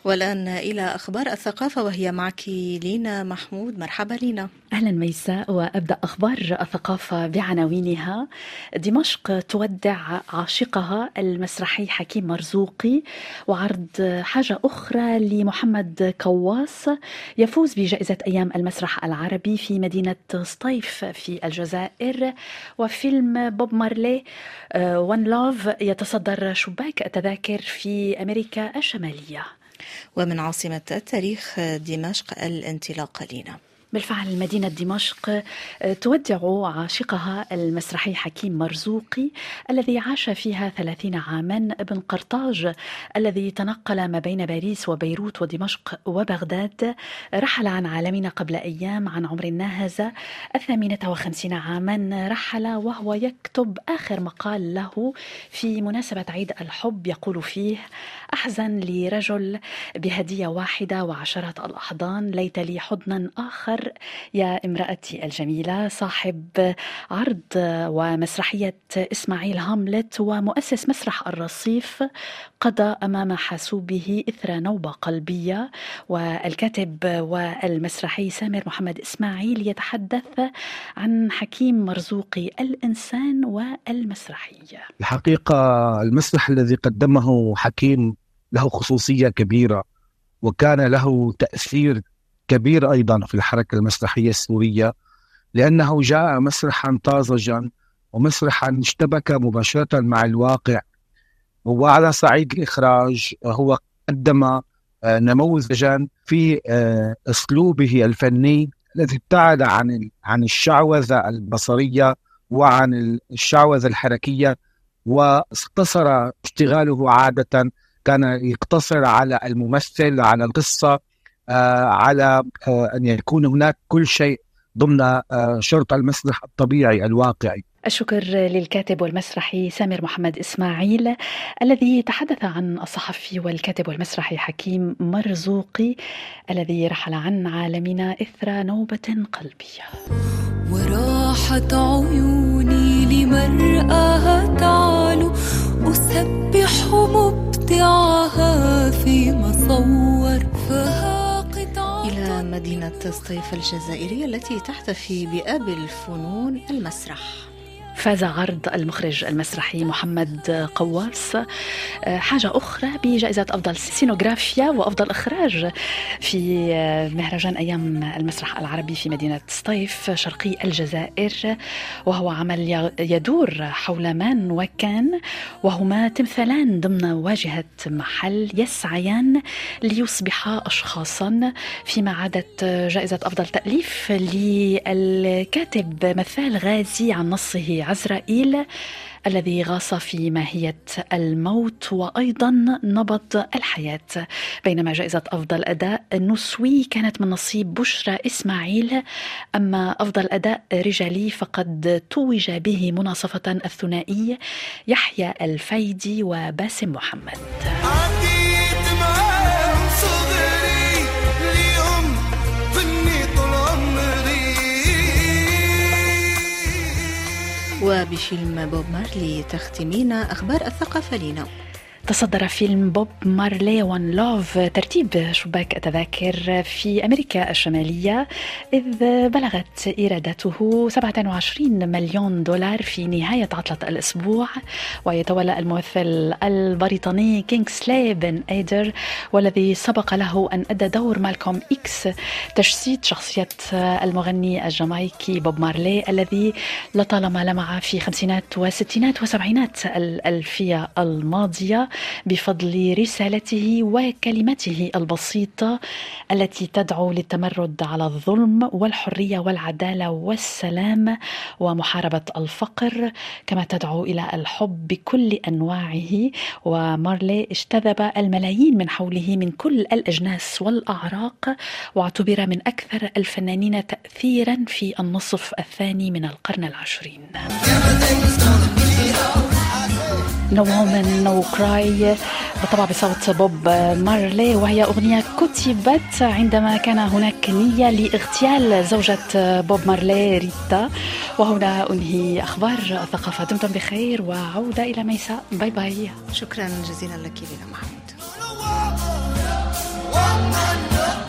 والآن إلى أخبار الثقافة، وهي معك لينا محمود. مرحبا لينا. أهلا ميساء، وأبدأ أخبار الثقافة بعناوينها. دمشق تودع عاشقها المسرحي حكيم مرزوقي، وعرض حاجة أخرى لمحمد كواس يفوز بجائزة أيام المسرح العربي في مدينة سطيف في الجزائر. وفيلم بوب مارلي وان لوف يتصدر شباك التذاكر في أمريكا الشمالية. ومن عاصمة التاريخ دمشق الانطلاق لينا. بالفعل مدينة دمشق تودع عاشقها المسرحي حكيم مرزوقي الذي عاش فيها 30 عاما، ابن قرطاج الذي تنقل ما بين باريس وبيروت ودمشق وبغداد. رحل عن عالمنا قبل أيام عن عمر ناهز 58 عاما. رحل وهو يكتب آخر مقال له في مناسبة عيد الحب، يقول فيه: أحزن لرجل بهدية واحدة وعشرات الأحضان، ليت لي حضنا آخر يا امرأتي الجميلة. صاحب عرض ومسرحية إسماعيل هاملت ومؤسس مسرح الرصيف قضى أمام حاسوبه إثر نوبة قلبية. والكاتب والمسرحي سامر محمد إسماعيل يتحدث عن حكيم مرزوقي الإنسان والمسرحية. الحقيقة المسرح الذي قدمه حكيم له خصوصية كبيرة، وكان له تأثير كبير أيضا في الحركة المسرحية السورية، لأنه جاء مسرحا طازجا ومسرحا اشتبك مباشرة مع الواقع. وعلى صعيد الإخراج هو قدم نموذجا في أسلوبه الفني الذي ابتعد عن الشعوذة البصرية وعن الشعوذة الحركية، واقتصر اشتغاله عادة كان يقتصر على الممثل، على القصة، على أن يكون هناك كل شيء ضمن شرط المسرح الطبيعي الواقعي. الشكر للكاتب والمسرحي سامر محمد إسماعيل الذي تحدث عن الصحفي والكاتب والمسرحي حكيم مرزوقي الذي رحل عن عالمنا إثر نوبة قلبية. وراحت عيوني لمرآها تعالوا أسبح مبدعها في مصور فها. إلى مدينة سطيف الجزائرية التي تحتفي بآب الفنون المسرح. فاز عرض المخرج المسرحي محمد قواس حاجة أخرى بجائزة أفضل سينوغرافيا وأفضل إخراج في مهرجان أيام المسرح العربي في مدينة سطيف شرقي الجزائر، وهو عمل يدور حول مان وكان، وهما تمثالان ضمن واجهة محل يسعيان ليصبحا أشخاصا. فيما عادت جائزة أفضل تأليف للكاتب مثال غازي عن نصه عزرائيل الذي غاص في ماهية الموت وأيضا نبض الحياة. بينما جائزة أفضل أداء نسوي كانت من نصيب بشرى إسماعيل، أما أفضل أداء رجالي فقد توج به مناصفة الثنائي يحيى الفيدي وباسم محمد. وبفيلم بوب مارلي تختمينا أخبار الثقافة لنا. تصدر فيلم بوب مارلي وان لوف ترتيب شباك التذاكر في أمريكا الشمالية، إذ بلغت إيراداته 27 مليون دولار في نهاية عطلة الأسبوع. ويتولى الممثل البريطاني كينغسلي بن إيدر، والذي سبق له أن أدى دور مالكوم إكس، تجسيد شخصية المغني الجامايكي بوب مارلي الذي لطالما لمع في خمسينات وستينات وسبعينات الألفية الماضية بفضل رسالته وكلمته البسيطة التي تدعو للتمرد على الظلم والحرية والعدالة والسلام ومحاربة الفقر، كما تدعو إلى الحب بكل أنواعه. ومارلي اجتذب الملايين من حوله من كل الأجناس والأعراق، واعتبر من أكثر الفنانين تأثيرا في النصف الثاني من القرن العشرين. No Woman No Cry بالطبع بصوت بوب مارلي، وهي أغنية كتبت عندما كان هناك نية لاغتيال زوجة بوب مارلي ريتا. وهنا أنهي أخبار الثقافة. دمتم بخير وعودة إلى ميساء. باي باي. شكرا جزيلا لك لنا محمود. no, no.